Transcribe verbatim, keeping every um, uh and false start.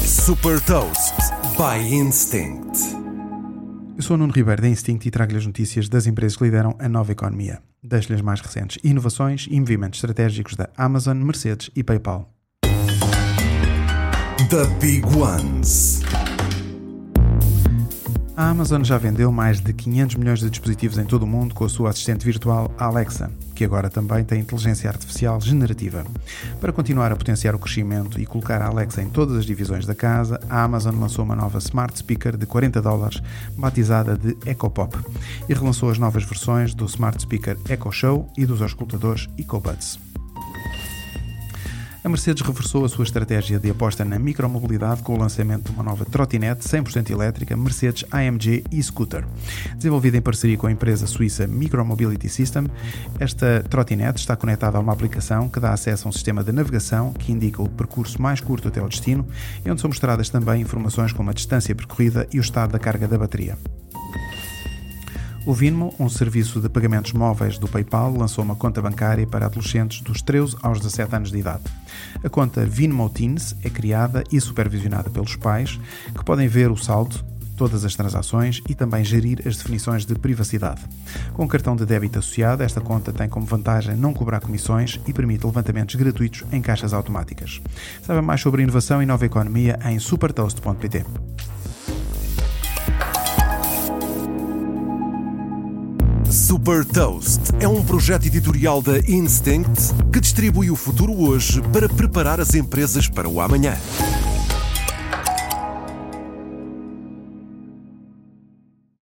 Super Toast by Instinct. Eu sou o Nuno Ribeiro da Instinct e trago-lhe as notícias das empresas que lideram a nova economia. Deixo-lhe as mais recentes inovações e movimentos estratégicos da Amazon, Mercedes e PayPal. The Big Ones. A Amazon já vendeu mais de quinhentos milhões de dispositivos em todo o mundo com a sua assistente virtual Alexa, que agora também tem inteligência artificial generativa. Para continuar a potenciar o crescimento e colocar a Alexa em todas as divisões da casa, a Amazon lançou uma nova Smart Speaker de quarenta dólares, batizada de Echo Pop, e relançou as novas versões do Smart Speaker Echo Show e dos auscultadores EcoBuds. A Mercedes reforçou a sua estratégia de aposta na micromobilidade com o lançamento de uma nova trotinete cem por cento elétrica Mercedes A M G e-Scooter. Desenvolvida em parceria com a empresa suíça Micromobility System, esta trotinete está conectada a uma aplicação que dá acesso a um sistema de navegação que indica o percurso mais curto até ao destino e onde são mostradas também informações como a distância percorrida e o estado da carga da bateria. O Venmo, um serviço de pagamentos móveis do PayPal, lançou uma conta bancária para adolescentes dos treze aos dezassete anos de idade. A conta Venmo Teens é criada e supervisionada pelos pais, que podem ver o saldo, todas as transações e também gerir as definições de privacidade. Com o cartão de débito associado, esta conta tem como vantagem não cobrar comissões e permite levantamentos gratuitos em caixas automáticas. Saiba mais sobre inovação e nova economia em supertoast ponto pt. Super Toast é um projeto editorial da Instinct que distribui o futuro hoje para preparar as empresas para o amanhã.